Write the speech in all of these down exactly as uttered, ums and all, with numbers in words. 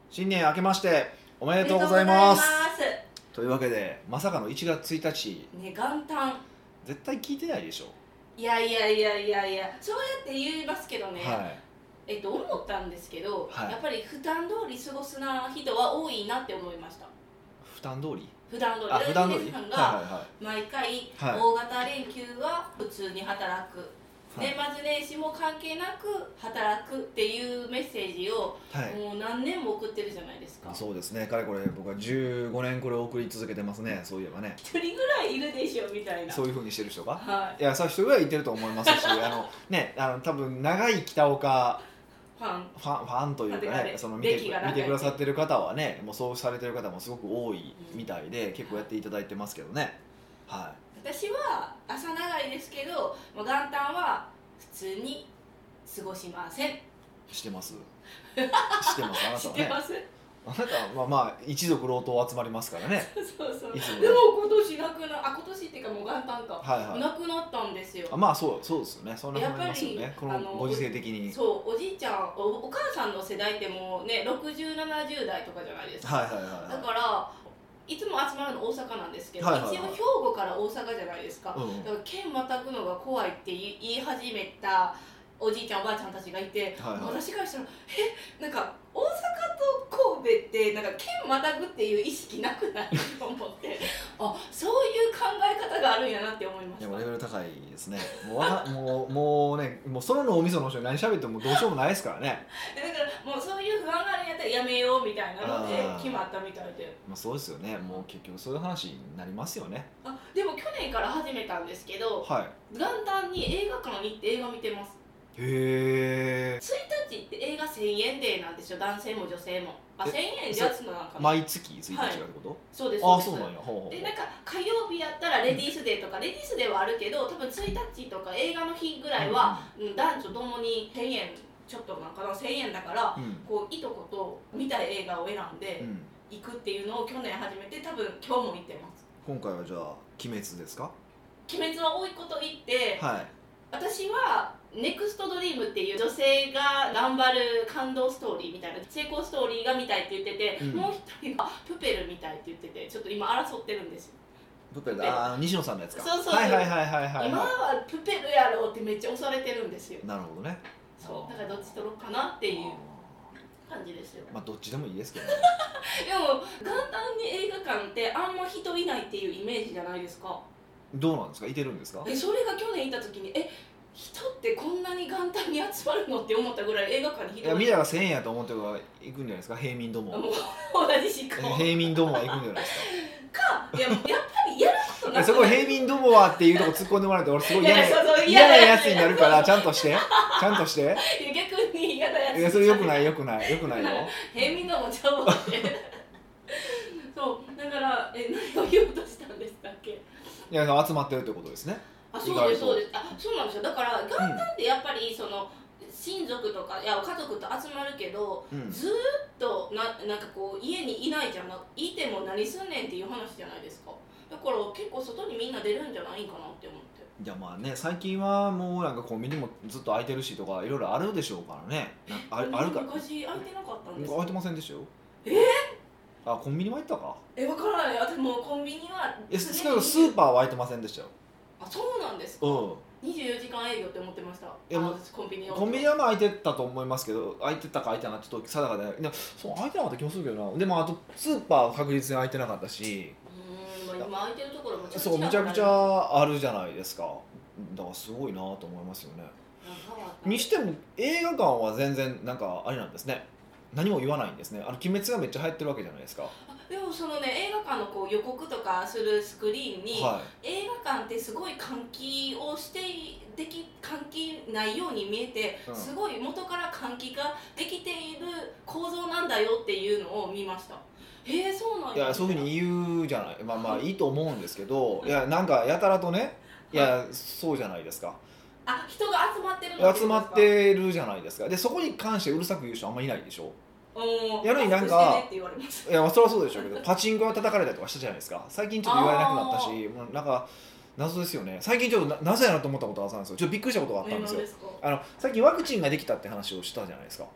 新年明けましておめでとうございます。 ありがとうございます。 というわけでまさかのいちがつついたちね、元旦。 絶対聞いてないでしょ。 いやいやいやいやいや、そうやって言いますけどね、 はい、 えっと思ったんですけど、 はい、 やっぱり普段通り過ごすな人は多いなって思いました。 普段通り普段通りあ普段通り皆さんがは毎回はい大型連休は普通に働く、 はい年末年始も関係なく働くっていうメッセージをはいもう何年も送ってるじゃないですか。 そうですね、かれこれ僕はじゅうごねんこれを送り続けてますね。そういえばね、 一人ぐらいいるでしょみたいな。 そういう風にしてる人が、 はい、 いやそういう人ぐらいいてると思いますしあのね、あの多分長い北岡ファンファンファンというかなんでね、その見て歴が長い見てくださってる方はね、もうそうされてる方もすごく多いみたいで、結構やっていただいてますけどね。は私は朝長いですけど、もう元旦は普通に過ごしません。 い、してますしてますあなたはね。 知ってます。 あなたはまあまあ一族老頭集まりますからね。 そうそう。 いつもねでも今年なくなあ今年っていうかもう元旦か、 はいはい、 なくなったんですよ。 あまあそうそうですよね。そんなやっふうになりぱりますよね、こあののご時世的に。 そうおじいちゃん お, お母さんの世代ってもうねろくじゅうななじゅう代とかじゃないですか。 はいはいはいはい、 だからいつも集まるの大阪なんですけど、 はいはいはい、 一応兵庫から大阪じゃないですか、 うん、 だから県またぐのが怖いって言い始めたおじいちゃんおばあちゃんたちがいて、 はいはい、 私からしたらえなんか大阪と神戸ってなんか県またぐっていう意識なくないと思ってあそういう考え方があるんやなって思いました。 いやレベル高いですね。もうわかもうもうね、もうその脳みその人に何喋ってもどうしようもないですからね。 だからもうそういう不安があるんやったらやめようみたいなのであー決まったみたいで、 まあそうですよね。もう結局そういう話になりますよね。 あでも去年から始めたんですけど、 は元旦に映画館に行って映画見てます。 い。へえ。 ついたちって映画せんえんデーなんですよ、男性も女性も。あ、 えせんえんじゃつのなんかな。 毎月ついたちがってこと？ そうです。 ああ、 そうです。 そうなんや。ほうほうほう。 でなんか火曜日やったらレディースデーとか、レディースデーはあるけど多分ついたちとか映画の日ぐらいは、うん、男女ともにせんえんちょっとなんかな、せんえんだから、 うん、 こういとこと見たい映画を選んでうん、 行くっていうのを去年始めて、多分今日も行ってます。 今回はじゃあ鬼滅ですか？ 鬼滅は多いこと言って、 はい。 私はネクストドリームっていう女性が頑張る感動ストーリーみたいな成功ストーリーが見たいって言ってて、うん、もう一人はプペル見たいって言ってて、ちょっと今争ってるんですよ。 プペルだ、ああ西野さんのやつか。 そうそうそう、 はいはいはいはいはい、はい、 今はプペルやろうってめっちゃ押されてるんですよ。 なるほどね。 そうだからどっち取ろうかなっていう感じですよ。 まあどっちでもいいですけどねでも元旦に映画館ってあんま人いないっていうイメージじゃないですか。 どうなんですか、いてるんですか？ えそれが去年行った時にえ人ってこんなに元旦に集まるのって思ったぐらい映画館に人がいいや、見たらせんえんやと思ってるから行くんじゃないですか、平民ども。 もう同じ思考平民どもは行くんじゃないですか。いや、やっぱりやることなくかそこ平民どもはっていうとこ突っ込んでもらって、俺すごい嫌なそうそう嫌なやつになるから、ちゃんとしてちゃんとして。 逆に嫌なやつ。 いや、それよくないよくないよくないよ。 平民どもちゃうわってそうだからえ何を言おうとしたんですかっけ。 いや、集まってるってことですね。 あ、そうですそうです。あ、そうなんですよ。だから元旦ってやっぱりその、親族とかいや家族と集まるけど、うん、ずーっとななんかこう家にいないじゃないても何すんねんっていう話じゃないですか。だから結構外にみんな出るんじゃないかなって思って。 いやまあね、最近はもうなんかコンビニもずっと開いてるしとかいろいろあるでしょうからね。ああるから。 昔開いてなかったんですか。 開いてませんでしたよ。 えーあ、コンビニも入ったか。 え、わからない。私もうコンビニはえ、スーパーは開いてませんでしたよ。 あ、そうなんですか。うん。にじゅうよじかん営業って思ってました。いや、コンビニは。コンビニは開いてたと思いますけど、開いてたか開いてなかったちょっと定かで、でそう開いてなかった気もするけどな。でもあとスーパーは確実に開いてなかったし。 うん、まあ、今開いてるところもそうむちゃくちゃあるじゃないですか。だからすごいなと思いますよね。にしても映画館は全然なんかあれなんですね。何も言わないんですね。あの鬼滅がめっちゃ流行ってるわけじゃないですか。 でもそのね、映画館のこう予告とかするスクリーンに、 はい、 映画館ってすごい換気をしてでき換気ないように見えて、うん、すごい元から換気ができている構造なんだよっていうのを見ました。えー、そうなんや。 いや、そういうふうに言うじゃない。まあまあいいと思うんですけど、いやなんかやたらとね、いやそうじゃないですか。 あ、人が集まってるの集まってるじゃないですか。でそこに関してうるさく言う人あんまりいないでしょ。やるになんか、いやそりゃそうでしょうけど、パチンコが叩かれたりとかしたじゃないですか。最近ちょっと言われなくなったし、もうなんか謎ですよね。最近ちょっと な, なぜやなと思ったことがあったんですよ。ちょっとびっくりしたことがあったんですよ。あの最近ワクチンができたって話をしたじゃないですか。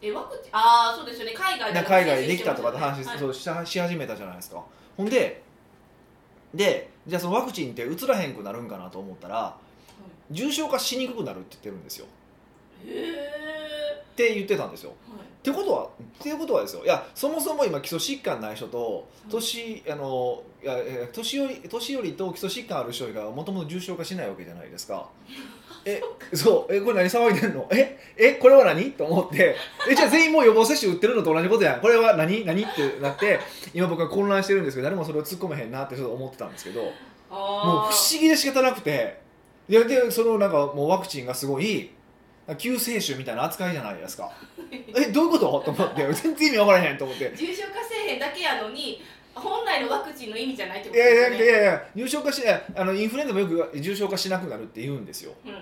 えワクチンああそうですよね海外で海外でできたとかって話、 はい、 そうしし始めたじゃないですか。ほんででじゃあそのワクチンってうつらへんくなるんかなと思ったら、はい、重症化しにくくなるって言ってるんですよ。 へえって言ってたんですよ。 はい、 ってことはっていうことはですよ、いやそもそも今基礎疾患ない人と年、あのいや年寄り年寄りと基礎疾患ある人がもともと重症化しないわけじゃないですか。えそうえこれ何騒いでんのええこれは何と思ってえじゃあ全員もう予防接種打ってるのと同じことやんこれは何何ってなって今僕は混乱してるんですけど誰もそれを突っ込めへんなってちょっと思ってたんですけど、もう不思議で仕方なくて、いやでそのなんかもうワクチンがすごい救世主みたいな扱いじゃないですかえどういうことと思って全然意味分からへんと思って重症化せえへんだけやのに本来のワクチンの意味じゃないってことですよね。いやいやいやいや重症化しあのインフルエンザもよく重症化しなくなるって言うんですよ、うん、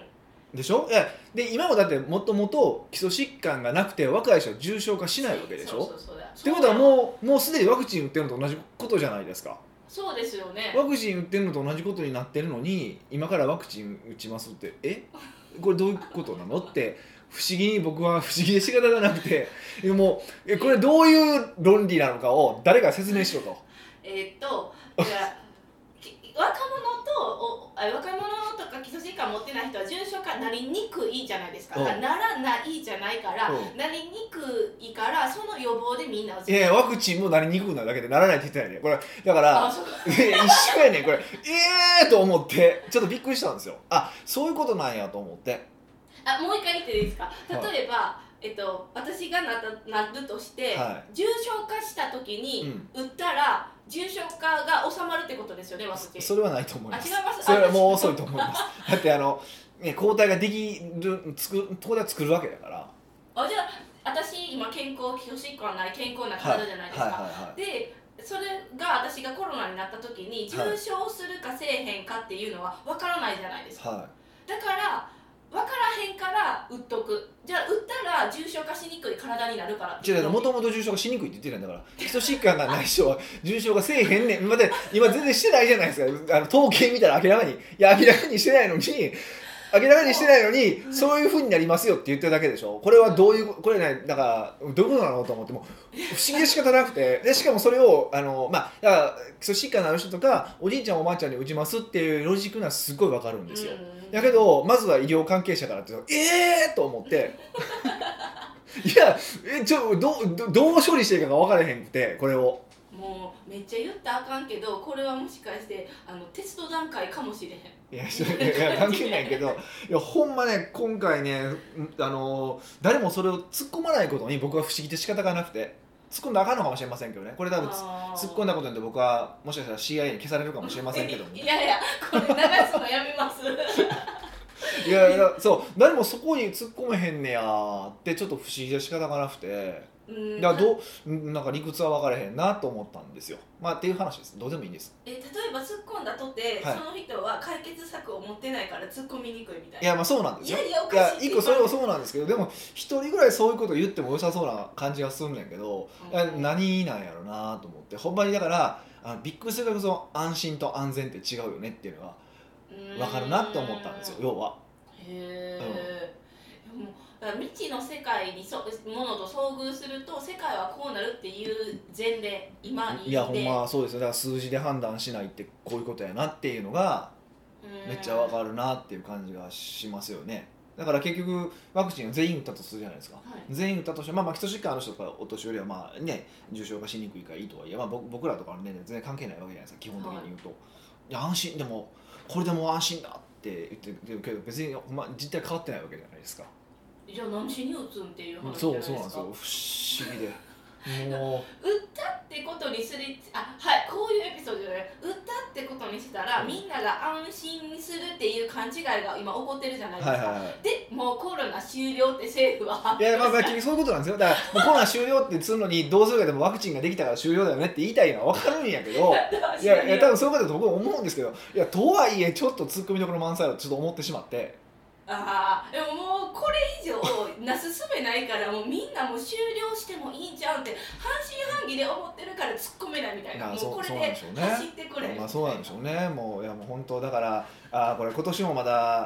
でしょ。いやで今もだってもともと基礎疾患がなくて若い人は重症化しないわけでしょ。ってことはもうもうすでにワクチン打ってるのと同じことじゃないですか。 そうですよね。 ワクチン打ってるのと同じことになってるのに今からワクチン打ちますってえこれどういうことなのって不思議に僕は不思議で仕方がなくてもうこれどういう論理なのかを誰か説明しろとえっとじゃあ若者とお若者とか基礎疾患持ってない人は重症化なりにくいじゃないですか。ならないじゃないからなりにくいからその予防でみんなをいやいやワクチンもなりにくくなるだけでならないって言ってないねこれだから一緒やねんこれええーと思ってちょっとびっくりしたんですよ。あそういうことなんやと思って。 あもう一回言っていいですか。例えば、はい、えっと、私がなったなるとして、はい、重症化した時に打ったら、うん、重症化が収まるってことですよね。ワクチンそれはないと思います。 あ違います。 それはもう遅いと思いますだってあの、ね、抗体ができるつく抗体作るわけだからあじゃあ私今健康基礎疾患ない健康な体じゃないですか、はいはいはいはい、でそれが私がコロナになった時に重症するかせえへんかっていうのは分からないじゃないですか、はい、だから分からへんから打っとく。じゃあ打ったら重症化しにくい体になるからって違うもともと重症化しにくいって言ってるんだから基礎疾患がない人は重症化せえへんねん。今で今全然してないじゃないですか。あの統計見たら明らかにいや明らかにしてないのに明らかにしてないのにそういう風になりますよって言ってるだけでしょ。これはどういうこれねだからどういうことなのと思っても不思議で仕方なくてでしかもそれをあのまあだから基礎疾患のある人とかおじいちゃんおばあちゃんに打ちますっていうロジックがすごい分かるんですよ。だけどまずは医療関係者からってええーと思っていやえちょ ど, ど, どう処理していいかが分からへんくてこれをもうめっちゃ言ったらあかんけどこれはもしかしてあのテスト段階かもしれへん。 いやいや関係ないけどいやほんまね今回ねあの誰もそれを突っ込まないことに僕は不思議で仕方がなくて突っ込んだらあかんのかもしれませんけどね。これ多分突っ込んだことによって僕はもしかしたら シーアイエー に消されるかもしれませんけども、 いやいやこれ流すのやめますいやいやそう誰もそこに突っ込めへんねやってちょっと不思議で仕方がなくてだからどうなんか理屈は分からへんなと思ったんですよ。まあっていう話です。どうでもいいんです。 え例えば突っ込んだとて、はい、その人は解決策を持ってないから突っ込みにくいみたいな。 いやまあそうなんですよ。 いやいやおかしいっていや一個それはそうなんですけどでも一人ぐらいそういうこと言っても良さそうな感じがするんだけど、うん、何なんやろなと思ってほんまにだからあびっくりするだけその安心と安全って違うよねっていうのは分かるなって思ったんですよ要は。 へえ、うんだから未知の世界にそものと遭遇すると世界はこうなるっていう前例今にいやほんまそうですよ。だから数字で判断しないってこういうことやなっていうのがめっちゃわかるなっていう感じがしますよね。だから結局ワクチンを全員打ったとするじゃないですか、はい、全員打ったとして、まあ、まあ基礎疾患ある人とかお年寄りはまあ、ね、重症化しにくいからいいとはいえ、まあ、僕らとかは、ね、全然関係ないわけじゃないですか基本的に言うと、はい、いや安心でもこれでも安心だって言ってるけど別に、まあ、実態変わってないわけじゃないですか。 じゃあ何しに打つんっていう話じゃないですか。そうそうなんですよ不思議でもう打ったってことにするあはいこういうエピソードで打ったってことにしたら、うん、みんなが安心するっていう勘違いが今起こってるじゃないですか、はいはいはい、でもうコロナ終了って政府は発表いやまあまあ結局そういうことなんですよ。だからもうコロナ終了ってするのにどうするかでもワクチンができたから終了だよねって言いたいのは分かるんやけどいやいや多分そういうことだと僕は思うんですけどいやとはいえちょっと突っ込みどころ満載だとちょっと思ってしまってああでももうこれ以上なすすべないからもうみんなもう終了してもいいんちゃうんって半信半疑で思ってるから突っ込めないみたいなもうこれで走ってくれまあそうなんでしょうね。もういやもう本当だからあこれ今年もまだ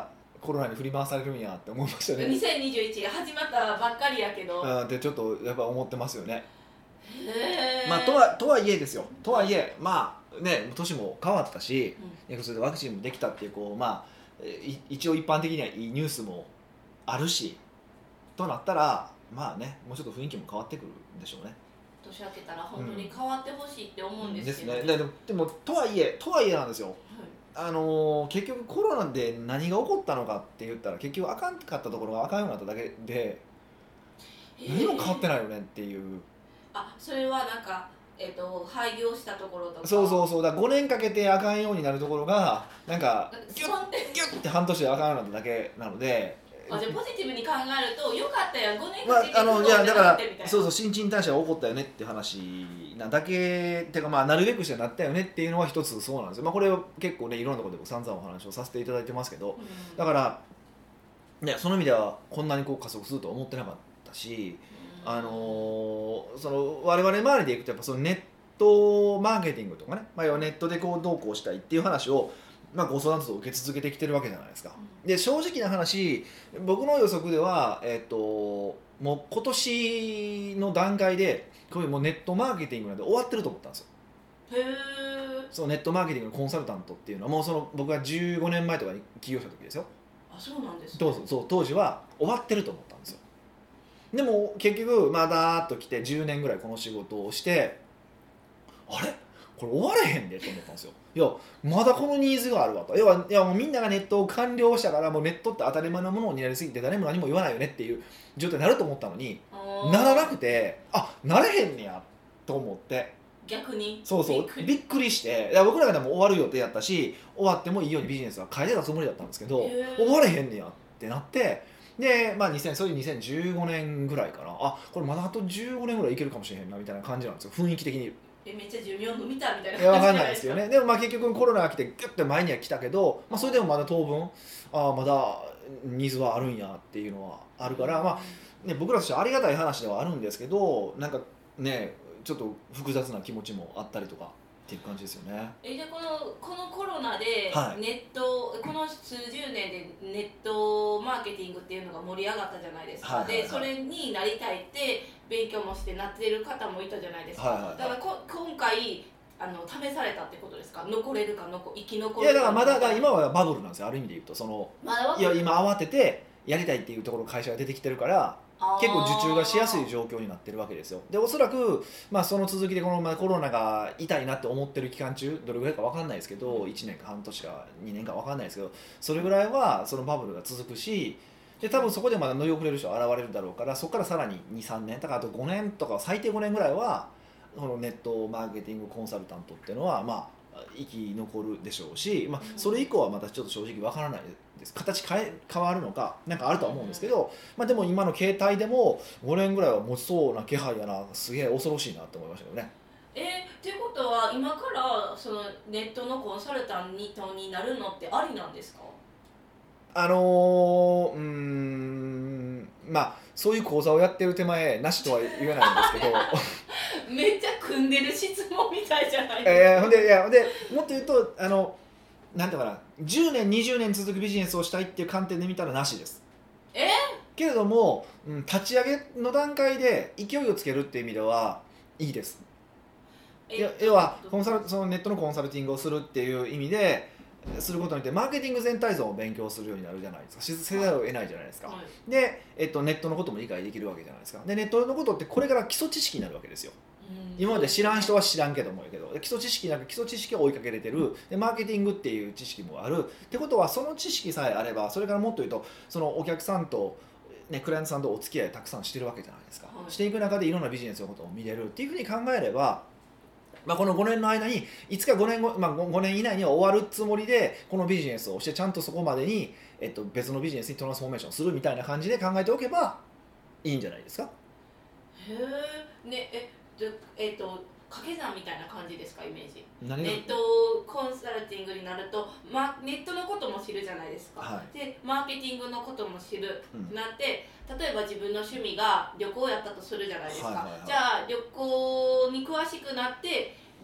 コロナに振り回されるんやって思いましたね。 にせんにじゅういちが始まったばっかりやけど、 うん、ってちょっとやっぱ思ってますよね。 へー、 まあ、とはとはいえですよ、とはいえまあね年も変わったし、うん、それでワクチンもできたっていうこうまあ一応一般的にはいいニュースもあるしとなったらまあねもうちょっと雰囲気も変わってくるんでしょうね。 年明けたら本当に変わってほしいって思うんですけど、 ね、うん、ですね。でも、でもとはいえとはいえなんですよ、はい、あのー、結局コロナで何が起こったのかって言ったら結局あかんかったところがあかんようになっただけで何も変わってないよねっていう。 あ、それはなんか、えー、と廃業したところとか。 そうそうそう、だからごねんかけてあかんようになるところがなんかギュッギュッって半年であかんようになっただけなので。 あ、じゃあポジティブに考えるとよかったやんごねんかけて、 まあ、あのいやだからそうそう新陳代謝が起こったよねっていう話なだけっていうか、まあなるべくしてなったよねっていうのは一つそうなんですよ。まあこれは結構ねいろんなところでも散々お話をさせていただいてますけど、うん、だからねその意味ではこんなにこう加速するとは思ってなかったし、うん、あのー、その我々周りでいくとやっぱそのネットマーケティングとかね、まあ、要はネットでこうどうこうしたいっていう話をまあ、ご相談と受け続けてきてるわけじゃないですか。で正直な話僕の予測では、えっと、もう今年の段階でこういうもうネットマーケティングなんで終わってると思ったんですよ。 へー。 そうネットマーケティングのコンサルタントっていうのはもうその僕がじゅうごねんまえとかに起業した時ですよ。 あ、そうなんですね。 そうそう当時は終わってると思ったんですよ。でも結局まだーっと来てじゅうねんぐらいこの仕事をしてあれこれ終われへんでと思ったんですよ。いやまだこのニーズがあるわと。要はいやもうみんながネットを完了したからもうネットって当たり前のものになりすぎて誰も何も言わないよねっていう状態になると思ったのにならなくて、あなれへんねやと思って、 逆にそうそうびっくり、びっくりして、いや僕らがでも終わる予定やったし終わってもいいようにビジネスは変えてたつもりだったんですけど終われへんねやってなって、で、まあ、にせんそういうにせんじゅうごねんぐらいかな、あこれまだあとじゅうごねんぐらいいけるかもしれへんなみたいな感じなんですよ雰囲気的に。 えめっちゃ寿命伸びたみたいな感じじわかんないですよね。でもまあ結局コロナが来てギュッて前には来たけど、まあ、それでもまだ当分あまだニーズはあるんやっていうのはあるから、まあね、僕らとしてはありがたい話ではあるんですけどなんかねちょっと複雑な気持ちもあったりとかっていう感じですよね。 えじゃあこのこのコロナでネット、はい、この数十年でネットマーケティングっていうのが盛り上がったじゃないですか、はいはいはい、でそれになりたいって勉強もしてなってる方もいたじゃないですか、はいはいはい、だからこ今回あの試されたってことですか、残れるか残生き残るか。 いやだからまだだから今はバブルなんですよある意味で言うと。その、まだいや今慌ててやりたいっていうところ会社が出てきてるから結構受注がしやすい状況になってるわけですよ。でおそらく、まあ、その続きでこの、まあ、コロナが痛いなって思ってる期間中どれぐらいか分かんないですけどいちねんか半年かにねんか分かんないですけどそれぐらいはそのバブルが続くし、で多分そこでまだ乗り遅れる人は現れるだろうからそこからさらに にさんねんだからあとごねんとか最低ごねんぐらいはこのネットマーケティングコンサルタントっていうのはまあ生き残るでしょうし、まあ、それ以降はまたちょっと正直分からないです。形変え変わるのかなんかあるとは思うんですけど、まあ、でも今の携帯でもごねんぐらいは持ちそうな気配やな、すげえ恐ろしいなって思いましたけどね。 えー、っていうことは今からそのネットのコンサルタントになるのってありなんですか？ あのー、うーんまあそういう講座をやってる手前なしとは言えないんですけどめっちゃ組んでる質問みたいじゃないですか。 えー、ほんでいやほんでもっと言うとあのなんていうかなじゅうねんにじゅうねん続くビジネスをしたいっていう観点で見たらなしです。 えー、 けれども、うん、立ち上げの段階で勢いをつけるっていう意味ではいいです。要はコンサルそのネットのコンサルティングをするっていう意味ですることによってマーケティング全体像を勉強するようになるじゃないですか。せざるを得ないじゃないですか、はい、で、えっと、ネットのことも理解できるわけじゃないですか。でネットのことってこれから基礎知識になるわけですよ。今まで知らん人は知らんけどもいいけど基礎知識なんか基礎知識を追いかけれてるでマーケティングっていう知識もあるってことはその知識さえあればそれからもっと言うとそのお客さんと、ね、クライアントさんとお付き合いたくさんしてるわけじゃないですか、はい、していく中でいろんなビジネスのことを見れるっていうふうに考えれば、まあ、このごねんの間にいつかごねんご、まあ、ごねん以内には終わるつもりでこのビジネスをしてちゃんとそこまでに、えっと、別のビジネスにトランスフォーメーションするみたいな感じで考えておけばいいんじゃないですか。 へえ、ねええっと掛け算みたいな感じですかイメージ。 ネットコンサルティングになると、ま、ネットのことも知るじゃないですか、はい、でマーケティングのことも知る、うん、なって例えば自分の趣味が旅行やったとするじゃないですか、はいはいはい、じゃあ旅行に詳しくなって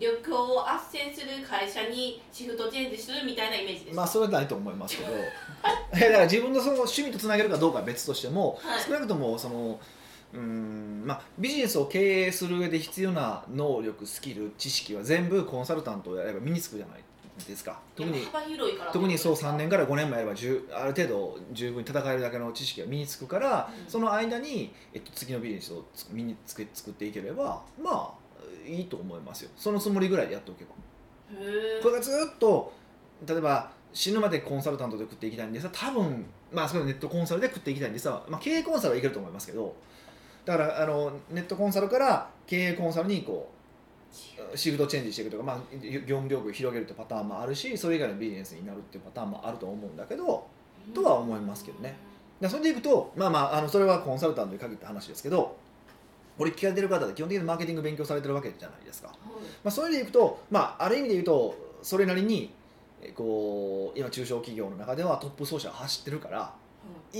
旅行を斡旋する会社にシフトチェンジするみたいなイメージです。 まあそれはないと思いますけどだから自分のその趣味とつなげるかどうかは別としても、はい、少なくともそのうーん、まあ、ビジネスを経営する上で必要な能力スキル知識は全部コンサルタントをやれば身につくじゃないですか。特に幅広いから特にそうさんねんからごねんもやればある程度十分に戦えるだけの知識が身につくから、うん、その間に、えっと、次のビジネスを身につけ作っていければまあいいと思いますよ。そのつもりぐらいでやっておけば。 へこれがずっと例えば死ぬまでコンサルタントで食っていきたいんですが多分まあそれネットコンサルで食っていきたいんですが、まあ、経営コンサルはいけると思いますけどだからあのネットコンサルから経営コンサルにこうシフトチェンジしていくとか、まあ、業務領域を広げるってパターンもあるしそれ以外のビジネスになるっていうパターンもあると思うんだけどとは思いますけどね。だそれでいくとまあまああのそれはコンサルタントに限った話ですけどこれ聞かれてる方で基本的にマーケティング勉強されてるわけじゃないですか、はいまあ、それでいくと、まあ、ある意味で言うとそれなりにこう今中小企業の中ではトップ走者走ってるから、はい、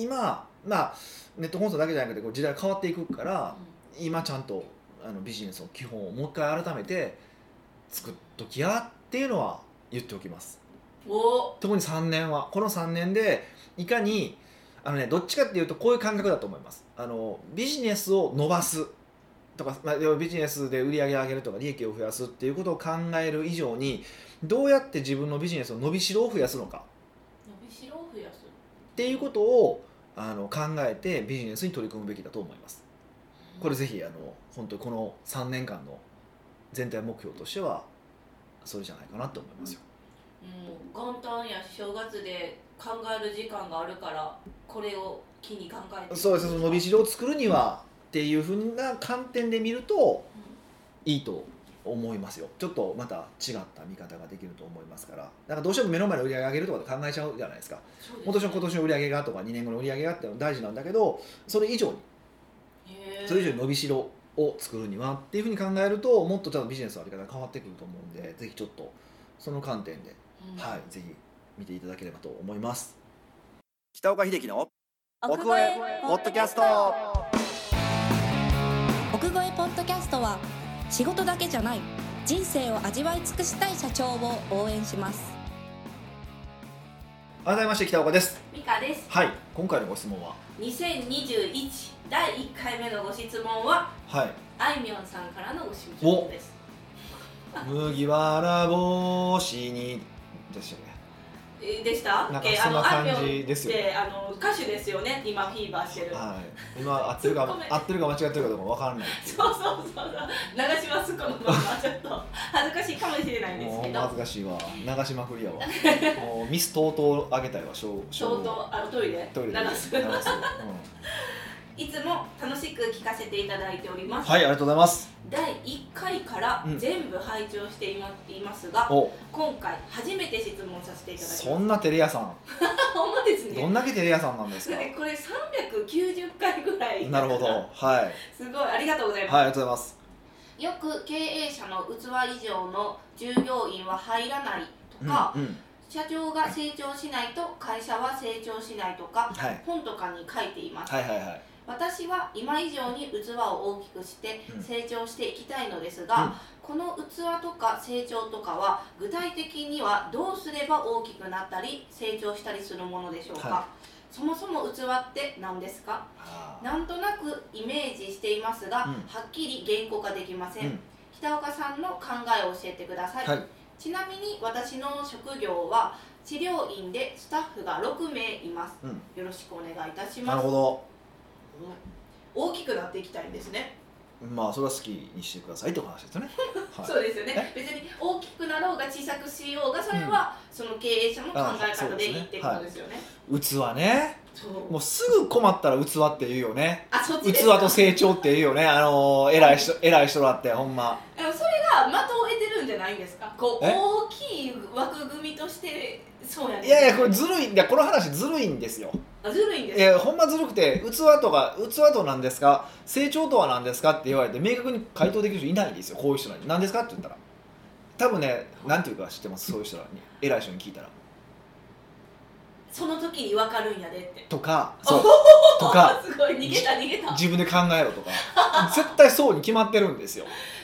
今、まあ、ネットコンサルだけじゃなくてこう時代変わっていくから、うん、今ちゃんとあのビジネスの基本をもう一回改めて作っときやっていうのは言っておきます。 お特にさんねんはこのさんねんでいかにあの、ね、どっちかっていうとこういう感覚だと思います。あのビジネスを伸ばすとか、まあ、ビジネスで売り上げを上げるとか利益を増やすっていうことを考える以上にどうやって自分のビジネスの伸びしろを増やすのか伸びしろを増やすっていうことをあの考えてビジネスに取り組むべきだと思います。これぜひあの本当にこのさんねんかんの全体目標としてはそれじゃないかなと思いますよ。 もう元旦や正月で考える時間があるからこれを機に考えてそうです。その伸びしろを作るにはっていうふうな観点で見るといいと思いますよ。ちょっとまた違った見方ができると思いますから。だからどうしても目の前の売り上げ上げるとか考えちゃうじゃないですか。 そうですね、 もちろん今年の売り上げがとかにねんごの売り上げがって大事なんだけどそれ以上にそれ以上に伸びしろを作るにはっていうふうに考えるともっとちょっとビジネスの在り方が変わってくると思うんでぜひちょっとその観点で、うんはい、ぜひ見ていただければと思います。北岡秀樹の奥越えポッドキャスト。 奥越えポッドキャストは仕事だけじゃない人生を味わい尽くしたい社長を応援します。 改めまして北岡です。 美香です。 はい、今回のご質問はにせんにじゅういちだいいっかいめのご質問は、 はい、 あいみょんさんからのご質問です。 麦わら帽子にでしたね。 でしたなんかそんな感じですよね。 あの歌手ですよね。今フィーバーしてる。 はい。今合ってるか合ってるか間違ってるかどうかわからない。 そうそうそうそう。長島すこのままちょっと恥ずかしいかもしれないんですけど。 恥ずかしいわ。流しまくりやわ。もうミスとうとうあげたいわ。とうとうあのトイレ。 トイレ。 流す。流す。うん。いつも楽しく聞かせていただいております。 はい、ありがとうございます。 だいいっかいから全部拝聴していますが、うん、今回初めて質問させていただきます。 そんなテレ屋さんほんまですね。 どんだけテレ屋さんなんですか。 これさんびゃくきゅうじゅっかいぐらい。 なるほど。はい。 すごいありがとうございます。 はい、ありがとうございます。 よく経営者の器以上の従業員は入らないとか、うんうん、社長が成長しないと会社は成長しないとか、はい、本とかに書いています。 はいはいはい。 私は今以上に器を大きくして成長していきたいのですが、うん、この器とか成長とかは具体的にはどうすれば大きくなったり成長したりするものでしょうか、はい、そもそも器って何ですか。なんとなくイメージしていますが、うん、はっきり言語化できません、うん、北岡さんの考えを教えてください、はい、ちなみに私の職業は治療院でスタッフがろくめいいます、うん、よろしくお願いいたします。 なるほど。 大きくなっていきたいんですね。 まあそれは好きにしてくださいという話ですよね、 はい、そうですよね。別に大きくなろうが小さくしようがそれはその経営者の考え方でいいってことですよね、 うん、器ね。もうすぐ困ったら器って言うよね。 あ、そっちですか。 器と成長って言うよね。あのー、偉い人偉い人だってほんま。 それが的を得てるんじゃないんですか。こう大きい枠組みとしてそうやね。 いやいやこれずるいんだ。この話ずるいんですよ。 あ、ずるいんですか。 いやほんまずるくて器とか器となんですか成長とは何ですかって言われて明確に回答できる人いないんですよ。こういう人に何ですかって言ったら多分ねなんていうか知ってます。そういう人に偉い人に聞いたらその時に分かるんやでってとかそうとかすごい逃げた逃げた自分で考えろとか絶対そうに決まってるんですよ。 それは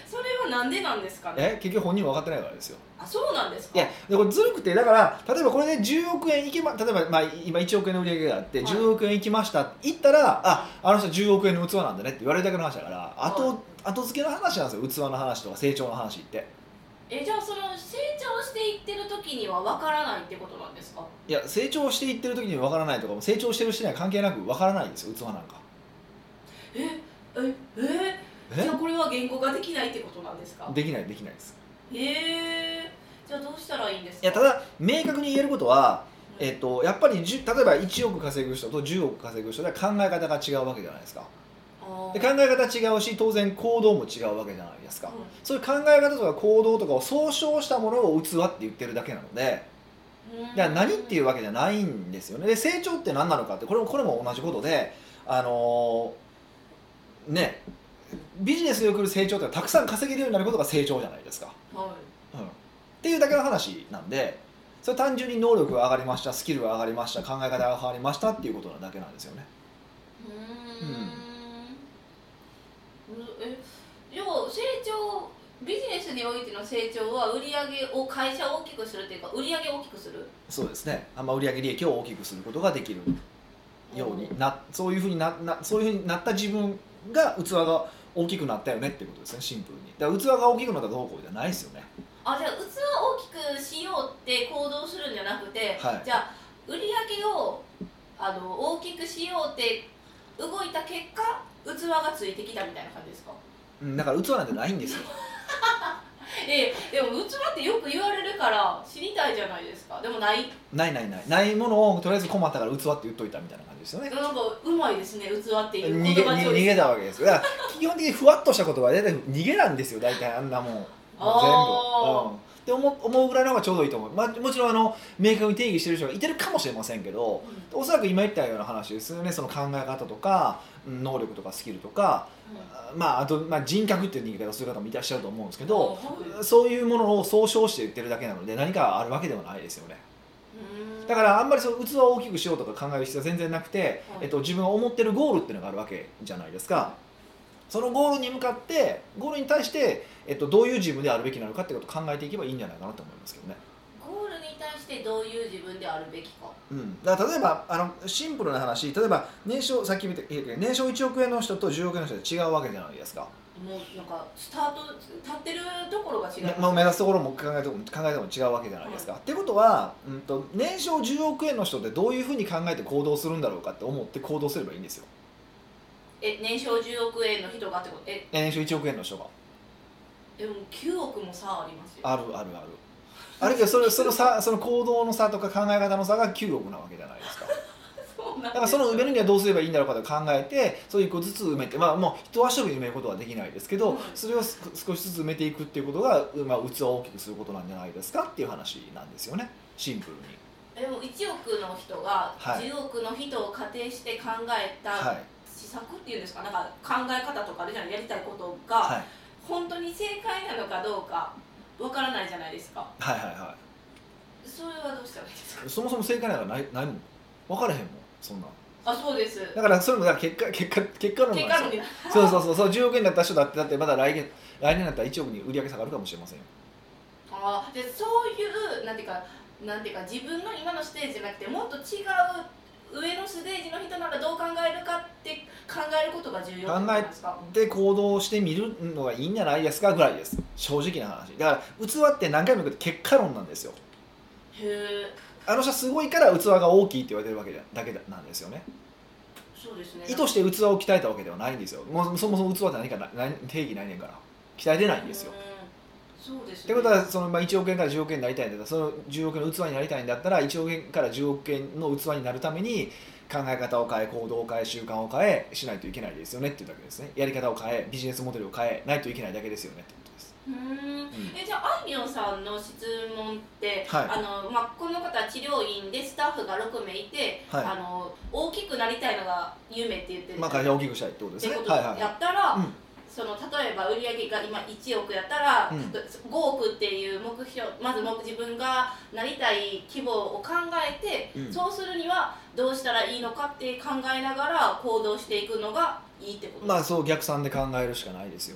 はなんでなんですかね。 え結局本人は分かってないからですよ。 あ、そうなんですか。 いやでこれずるくて、だから例えばこれでじゅうおくえんいけま、例えば、まあ、今いちおくえんの売り上げがあって、はい、じゅうおくえんいきましたって言ったら、ああの人じゅうおくえんの器なんだねって言われるだけの話だから、はい、後, 後付けの話なんですよ、器の話とか成長の話って。 えじゃあその成長していってる時には分からないってことなんですか。 いや成長していってる時には分からないとかも、成長してるしてない関係なく分からないんですよ、器なんか。 ええええじゃあこれは言語ができないってことなんですか。 できないできないです。 へえじゃあどうしたらいいんですか。 いやただ明確に言えることは、えっと、やっぱり例えばいちおく稼ぐ人とじゅうおく稼ぐ人では考え方が違うわけじゃないですか。で考え方違うし、当然行動も違うわけじゃないですか、うん、そういう考え方とか行動とかを総称したものを器って言ってるだけなので、だから何っていうわけじゃないんですよね。で成長って何なのかって、これもこれも同じことで、あのー、ねビジネスに送る成長ってたくさん稼げるようになることが成長じゃないですか、はいうん、っていうだけの話なんで、それ単純に能力が上がりました、スキルが上がりました、考え方が変わりましたっていうことなだけなんですよね。 うーん、うんえ要は成長、ビジネスにおいての成長は売上を会社を大きくするというか、売上を大きくする。 そうですね、あんま売上利益を大きくすることができるようにな、そういうふうにななそういうふうになった自分が器が大きくなったよねっていうことですね、シンプルに。だから器が大きくなったどうこうじゃないですよね。 あ、じゃあ器を大きくしようって行動するんじゃなくて、はい、じゃあ売上をあの大きくしようって動いた結果器がついてきたみたいな感じですか。 うん、だから器なんてないんですよえでも器ってよく言われるから知りたいじゃないですか。でもないないないないないものをとりあえず困ったから器って言っといたみたいな感じですよね。 なんかうまいですね、器っていう言葉逃げ逃げたわけですよ。だから基本的にふわっとした言葉は大体逃げなんですよ、大体あんなもん全部、うん、って思, 思うぐらいの方がちょうどいいと思う、まあ、もちろんあの明確に定義してる人がいてるかもしれませんけど、うん、おそらく今言ったような話ですよね。その考え方とか能力とかスキルとか、うん、まあ、あと、まあ、人格っていう言い方をする方もいらっしゃると思うんですけど、うん、そういうものを総称して言ってるだけなので何かあるわけではないですよね。だからあんまりその器を大きくしようとか考える必要は全然なくて、うん、えっと、自分が思ってるゴールっていうのがあるわけじゃないですか。そのゴールに向かってゴールに対して、えっと、どういう自分であるべきなのかっていうことを考えていけばいいんじゃないかなと思いますけどね。 ゴールに対してどういう自分であるべきか、 うん、だから例えばあのシンプルな話、例えば年商さっき見て年商いちおくえんの人とじゅうおくえんの人で違うわけじゃないですか。 もうなんかスタート立ってるところが違います、ね、 まあ、目指すところも考えても考えても違うわけじゃないですか、はい、ってことは、うんと、年商じゅうおくえんの人ってどういうふうに考えて行動するんだろうかって思って行動すればいいんですよ。 え年商じゅうおくえんの人がってこと。え年商いちおくえんの人がでもきゅうおくも差ありますよ。 あるあるあるあるけどそれその差、その行動の差とか考え方の差がきゅうおくなわけじゃないですかそうなんですか。 だからその埋めるにはどうすればいいんだろうかと考えて、そういう一個ずつ埋めて、まあもう一足飛びに埋めることはできないですけど、うん、それを少しずつ埋めていくっていうことが、まあ、器を大きくすることなんじゃないですかっていう話なんですよね、シンプルに。 でもいちおくの人がじゅうおくの人を仮定して考えた、はい、施策っていうんですか、なんか考え方とかあるじゃない、やりたいことが、はい、本当に正解なのかどうかわからないじゃないですか。 はいはいはい。 それはどうしたらいいですか。 そもそも正解なんかないないもん、分からへんもんそんな。 あ、そうです。 だからそれもだから結果結果結果論なんですよ。そうそうそうそう、じゅうおくえんだった人だってだってまだ来年来年だったらいちおくに売り上げ下がるかもしれませんよ。 ああ、でそういうなんていうかなんていうか自分の今のステージじゃなくてもっと違う上のステージの人ならどう考えるかって考えることが重要なんですか。考えて行動してみるのがいいんじゃないですかぐらいです、正直な話。だから器って何回も言うけど結果論なんですよ。 へえ。 あの人すごいから器が大きいって言われてるわけだけなんですよね。 そうですね。 意図して器を鍛えたわけではないんですよ。もうそもそも器って何か何定義ないねんから鍛えてないんですよ。 そうですね。 ってことはその、まあ、いちおくえんからじゅうおくえんになりたいんだったら、そのじゅうおくえんの器になりたいんだったらいちおくえんからじゅうおくえんの器になるために考え方を変え、行動を変え、習慣を変えしないといけないですよねっていうだけですね。やり方を変え、ビジネスモデルを変えないといけないだけですよねってことです。 うーん、うん、えじゃああいみょんさんの質問って、はい、あのまあ、この方は治療院でスタッフがろくめいいて、はい、あの大きくなりたいのが夢って言ってる、 まあ、会社を大きくしたいってことですね。 ってことやったら、はいはい、うん、その例えば売上が今いちおくやったら、うん、ごおくっていう目標、まず自分がなりたい規模を考えて、うん、そうするにはどうしたらいいのかって考えながら行動していくのがいいってことですか。 まあそう逆算で考えるしかないですよね。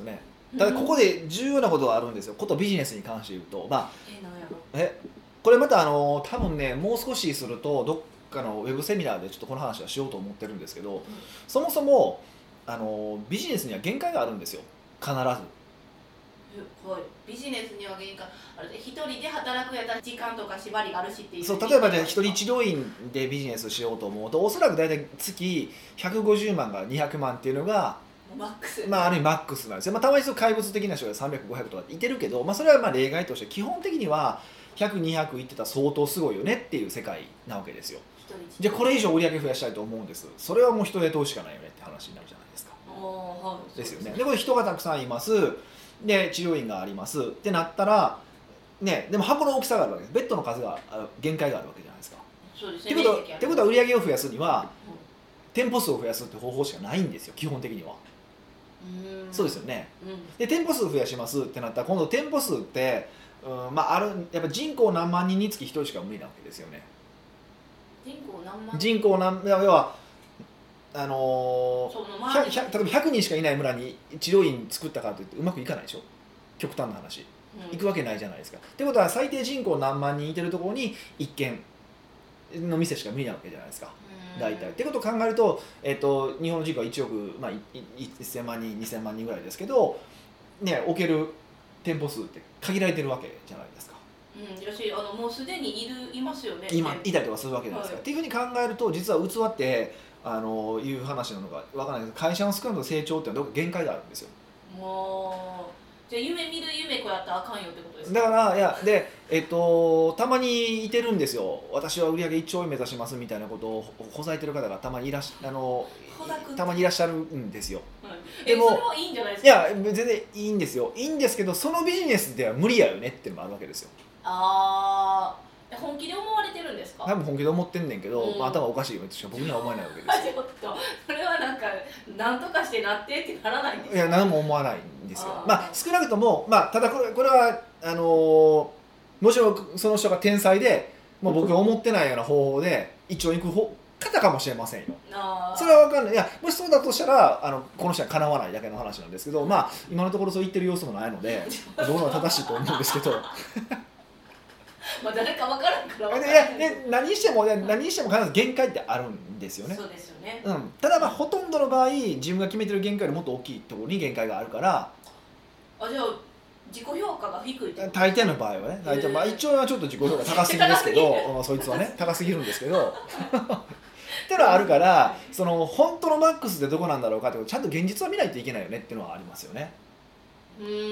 ただここで重要なことがあるんですよ、ことビジネスに関して言うと、まあ、 えなんやろえこれまたあの多分ねもう少しするとどっかのウェブセミナーでちょっとこの話はしようと思ってるんですけど、うん、そもそもあのビジネスには限界があるんですよ、必ず。 はい、ビジネスには限界あれで一人で働くやったら時間とか縛りがあるしっていう。 そう例えばね一人治療院でビジネスしようと思うとおそらく大体月ひゃくごじゅうまんからにひゃくまんっていうのがマックス、 まあ、ある意味マックスなんですよ、まあ、たまにそう怪物的な人がさんびゃく、ごひゃくとかいてるけど、まあ、それはまあ例外として基本的にはひゃく、にひゃくいってたら相当すごいよねっていう世界なわけですよ。じゃあこれ以上売り上げ増やしたいと思うんです、それはもう人で雇うしかないよねって話になるじゃないですか。 はい、 ですよね。でこれ人がたくさんいますで治療院がありますってなったらね、でも箱の大きさがあるわけです、ベッドの数が限界があるわけじゃないですか。 そうですね。 ってことは、ってことは売り上げを増やすには、うん、店舗数を増やすって方法しかないんですよ基本的には。うんそうですよね、うん、で店舗数増やしますってなったら今度店舗数って、うんまあ、あるやっぱ人口何万人につきひとりしか無理なわけですよね。 人口何万人人口何要はあのー、例えばひゃくにんしかいない村に治療院作ったからといってうまくいかないでしょ、極端な話、うん、行くわけないじゃないですか。ってことは最低人口何万人いてるところにいっけんの店しか無理なわけじゃないですか大体。ってことを考えると、えー、と日本の人口はいちおく、まあ、せんまんにんにせんまんにんぐらいですけど、ね、置ける店舗数って限られてるわけじゃないですか。 うん、よしあのもうすでにいるいますよね今いたりとかするわけじゃないですか、はい、っていうふうに考えると実は器ってあのいう話なのかわからないですけど会社の少なくとも成長っていうのはどこか限界があるんですよ。 もうじゃあ夢見る夢子やったらあかんよってことですか。だからいやで、えっと、たまにいてるんですよ、私は売上いっちょうえん目指しますみたいなことをほざいてる方がたまにいらっしゃあのたまにいらっしゃるんですよ、 はい、でもそれはいいんじゃないですか。 いや全然いいんですよいいんですけどそのビジネスでは無理やよねっていうのもあるわけですよ。 ああ本気で思われてるんですか。 多分本気で思ってんねんけど、うんまあ、頭おかしいよってしか僕には思えないわけですよ。 ちょっとそれはなんか何とかしてなってってならないんですか。 いや何も思わないんですよ。まあ少なくとも、まあ、ただこれこれはあのー、もちろんその人が天才でもう僕が思ってないような方法で一応行く方かもしれませんよ。それは分かんない。いやもしそうだとしたらあのこの人はかなわないだけの話なんですけど、まあ今のところそう言ってる様子もないのでどうのが正しいと思うんですけどまあ誰か分からんから分からない。で何しても何しても必ず限界ってあるんですよね。 そうですよね。 うん。ただまあほとんどの場合自分が決めてる限界よりもっと大きいところに限界があるから。 あじゃあ自己評価が低いって大抵の場合はね。大抵まあ一応はちょっと自己評価高すぎですけど、そいつはね高すぎるんですけど。ってのはあるからその本当のマックスでどこなんだろうかってことちゃんと現実は見ないといけないよねっていうのはありますよね。 うん、うん、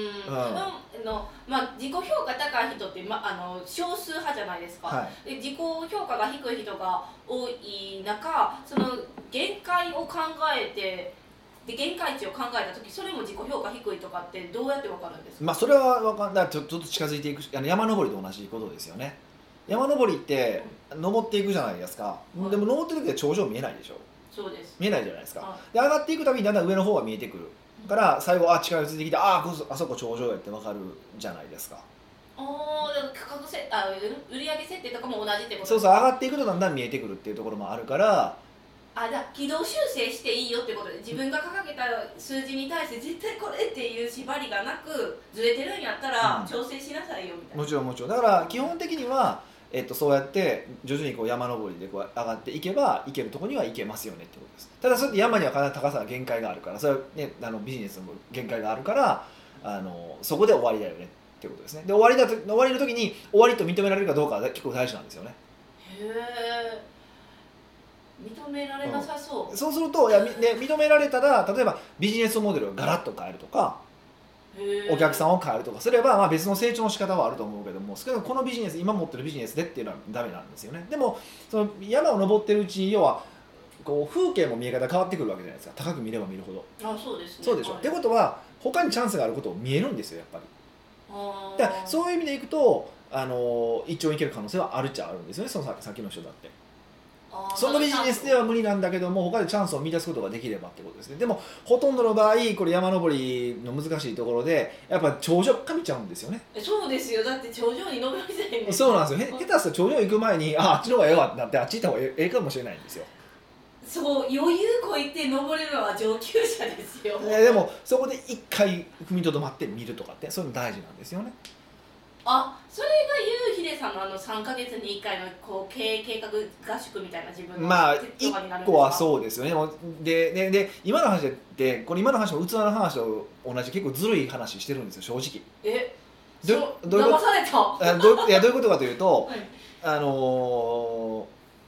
のまあ、自己評価高い人って、ま、あの少数派じゃないですか、はい、で自己評価が低い人が多い中その限界を考えてで限界値を考えた時それも自己評価低いとかってどうやって分かるんですか。 まあ、それは分かんない。ちょっと近づいていくあの山登りと同じことですよね。山登りって登っていくじゃないですか、はい、でも登ってる時は頂上見えないでしょ。 そうです見えないじゃないですか、 はい、 で上がっていくたびにだんだん上の方が見えてくるから最後あ近づいてきてああそこ頂上やって分かるじゃないですか。 ああ価格せあ売上設定とかも同じってことですか。 そうそう上がっていくとだんだん見えてくるっていうところもあるからあじゃあ軌道修正していいよってことで自分が掲げた数字に対して絶対これっていう縛りがなくずれてるんやったら調整しなさいよみたいな、うん、 もちろんもちろんだから基本的にはえっと、そうやって徐々にこう山登りでこう上がっていけば行けるところには行けますよねってことです。ただそれって山には必ず高さが限界があるからそれは、ね、あのビジネスも限界があるからあのそこで終わりだよねってことですね。で終わりだと終わりの時に終わりと認められるかどうかは結構大事なんですよね。 へえ認められなさそう、 うん、そうするといや、ね、認められたら例えばビジネスモデルをガラッと変えるとかお客さんを変えるとかすれば、まあ、別の成長の仕方はあると思うけども少なくともこのビジネス今持ってるビジネスでっていうのはダメなんですよね。でもその山を登ってるうちに要はこう風景も見え方変わってくるわけじゃないですか。高く見れば見るほど。 あそうですね。 そうでしょ、はい、ってことは他にチャンスがあることを見えるんですよやっぱり。あだからそういう意味でいくとあの一応いける可能性はあるっちゃあるんですよねその先の人だって。そのビジネスでは無理なんだけども他でチャンスを見出すことができればってことですね。でもほとんどの場合これ山登りの難しいところでやっぱ頂上ばっか見ちゃうんですよね。 そうですよだって頂上に登りたいんです。 そうなんですよ。下手すると頂上行く前にああっちの方がええわってなってあっち行った方がええかもしれないんですよ。 そう余裕こいて登れるのは上級者ですよ。 でもそこで一回踏みとどまって見るとかってそういうの大事なんですよね。 あ、それがゆうひでさんのあのさんかげつにいっかいのこう経営計画合宿みたいな自分のまあ一個はそうですよね。ででで今の話ってこれ今の話も器の話と同じ結構ずるい話してるんですよ正直。 えどどういうこと騙されたあどいやどういうことかというと、 はい、 あの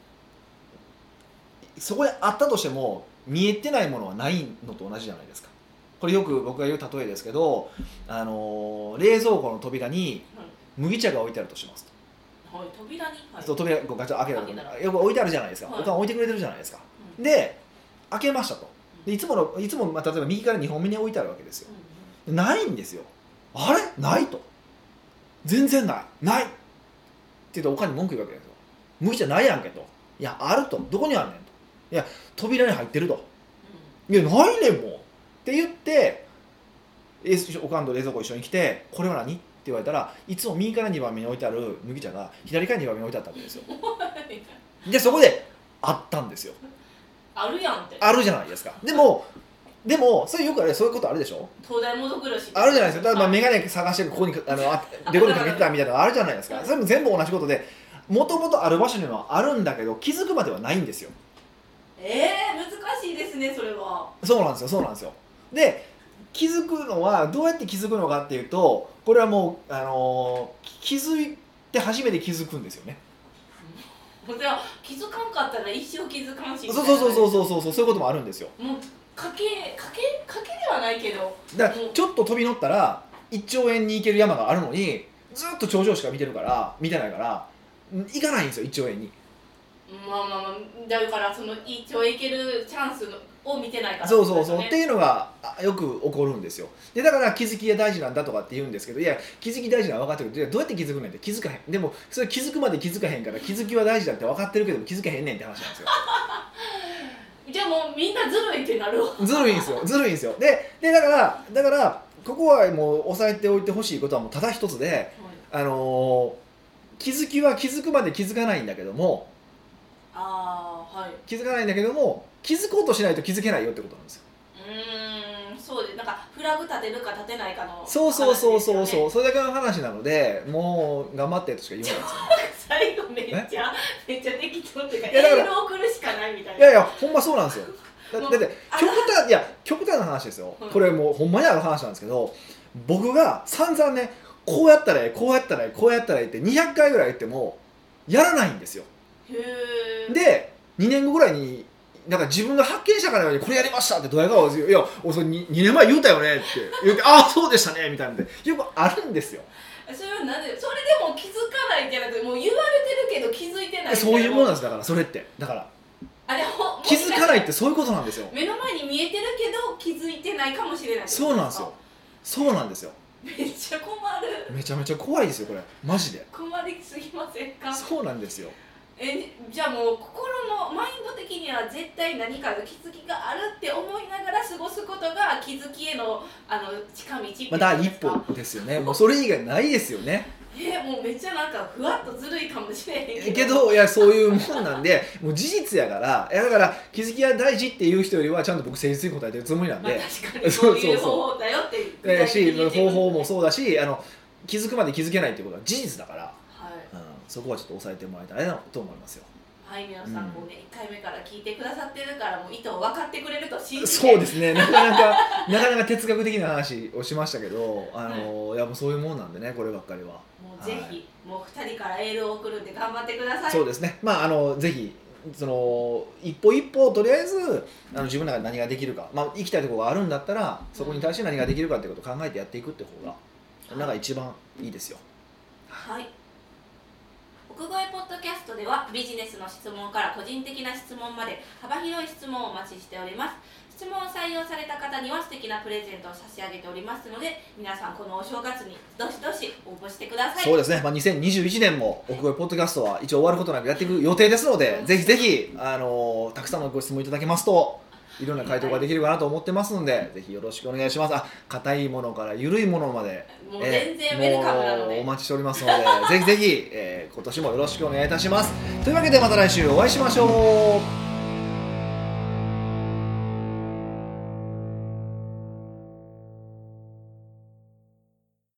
ー、そこであったとしても見えてないものはないのと同じじゃないですか。これよく僕が言う例えですけど、あのー、冷蔵庫の扉に麦茶が置いてあるとしますと、はい、扉に、はい、 そう扉こうガチャ開けたとよく置いてあるじゃないですか、はい、おかん置いてくれてるじゃないですか、うん、で開けましたとでいつものいつも、まあ、例えば右からにほんめに置いてあるわけですよ、うん、ないんですよ。あれないと全然ないないって言うとおかんに文句言うわけですよ。麦茶ないやんけと。いやあると。どこにあんねんと。いや扉に入ってると、うん、いやないねんもうって言っておかんと冷蔵庫一緒に来てこれは何って言われたらいつも右からにばんめに置いてある麦茶が左からにばんめに置いてあったわけですよ。でそこであったんですよ。 あるやんってあるじゃないですか。でもでもそれよくあれそういうことあるでしょ。 東大元暮らしあるじゃないですか。だからまあ眼鏡探してここにあのあデコにかけてたみたいなのあるじゃないですか。それも全部同じことでもともとある場所にはあるんだけど気づくまではないんですよ。 えー、難しいですねそれは。 そうなんですよそうなんですよ。で気づくのはどうやって気づくのかっていうとこれはもう、あのー、気づいて初めて気づくんですよね。 じゃあ気づかんかったら一生気づかんし。 そうそうそうそうそうそうそういうこともあるんですよ。 もうかけかけかけではないけどだからちょっと飛び乗ったらいっちょうえんに行ける山があるのにずっと頂上しか見てるから見てないから行かないんですよいっちょうえんに。 まあまあまあだからそのいっちょうえん行けるチャンスを見てないから、ね、 そうそうそうっていうのがよく起こるんですよ。でだから気づきが大事なんだとかって言うんですけどいや気づき大事なのは分かってるけどどうやって気づくねんって気づかへん。でもそれ気づくまで気づかへんから気づきは大事だって分かってるけど気づかへんねんって話なんですよ。 じゃあもうみんなずるいってなるわ。 ずるいんですよずるいんですよ。ででだからだからここはもう押さえておいてほしいことはもうただ一つで、はい、あのー、気づきは気づくまで気づかないんだけどもあ、はい、 気づかないんだけども気づこうとしないと気づけないよってことなんですよ。 うーんそうでなんかフラグ立てるか立てないかの、ね、 そうそうそうそうそうそれだけの話なのでもう頑張ってとしか言わないですよ、ね、 最後めっちゃめっちゃ適当っていうかエールを送るしかないみたいな。 いやいやほんまそうなんですよ。だ, だって極端いや極端な話ですよ、うん、これもうほんまにある話なんですけど僕が散々ねこうやったらええこうやったらええこうやったらええってにひゃっかいぐらい言ってもやらないんですよ。 へー。 でにねんごぐらいになんか自分が発見したかのようにこれやりましたってドヤ顔で「いやそれ 2, にねんまえ言うたよね」って言って「ああそうでしたね」みたいなのでよくあるんですよ。 それはなんでそれでも気づかないじゃなくてもう言われてるけど気づいてない。 そういうものなんですだからそれってだからあれ気づかないってそういうことなんですよ。 目の前に見えてるけど気づいてないかもしれない。 そうなんですよそうなんですよ。 めっちゃ困る。 めちゃめちゃ怖いですよこれマジで。 困りすぎませんか。 そうなんですよ。 えじゃあもう心のマインド的には絶対何かの気づきがあるって思いながら過ごすことが気づきへのあの近道っていうか、 まあ、第一歩ですよね。もうそれ以外ないですよね。 えもうめっちゃなんかふわっとずるいかもしれへんけどけどいやそういうもんなんでもう事実やからいやだから気づきが大事っていう人よりはちゃんと僕誠実に答えてるつもりなんで、 まあ、確かにそういう方法だよっていうし方法もそうだしあの気づくまで気づけないっていうことは事実だから、はいうん、そこはちょっと抑えてもらいたいなと思いますよ。 はい皆さんもね、うん、いっかいめから聞いてくださってるからもう意図を分かってくれると信じて。 そうですねなかなかなかなか哲学的な話をしましたけどあの、はい、いやもうそういうもんなんでねこればっかりはもうぜひ、はい、もうふたりからエールを送るんで頑張ってください。 そうですねまああのぜひその一歩一歩とりあえずあの自分の中で何ができるか、まあ、行きたいところがあるんだったらそこに対して何ができるかっていうことを考えてやっていくって方が、うん、なんか一番いいですよ。 はい奥越ポッドキャストではビジネスの質問から個人的な質問まで幅広い質問をお待ちしております。質問を採用された方には素敵なプレゼントを差し上げておりますので皆さんこのお正月にどしどし応募してください。 そうですね、まあ、にせんにじゅういちねんも奥越ポッドキャストは一応終わることなくやっていく予定ですので、うん、ぜひぜひ、あのー、たくさんのご質問いただけますといろんな回答ができるかなと思ってますので、はい、ぜひよろしくお願いします。あ、硬いものから緩いものまでもう全然ウェルカムなので、 えー、お待ちしておりますのでぜひぜひ、えー、今年もよろしくお願いいたします。というわけでまた来週お会いしましょう。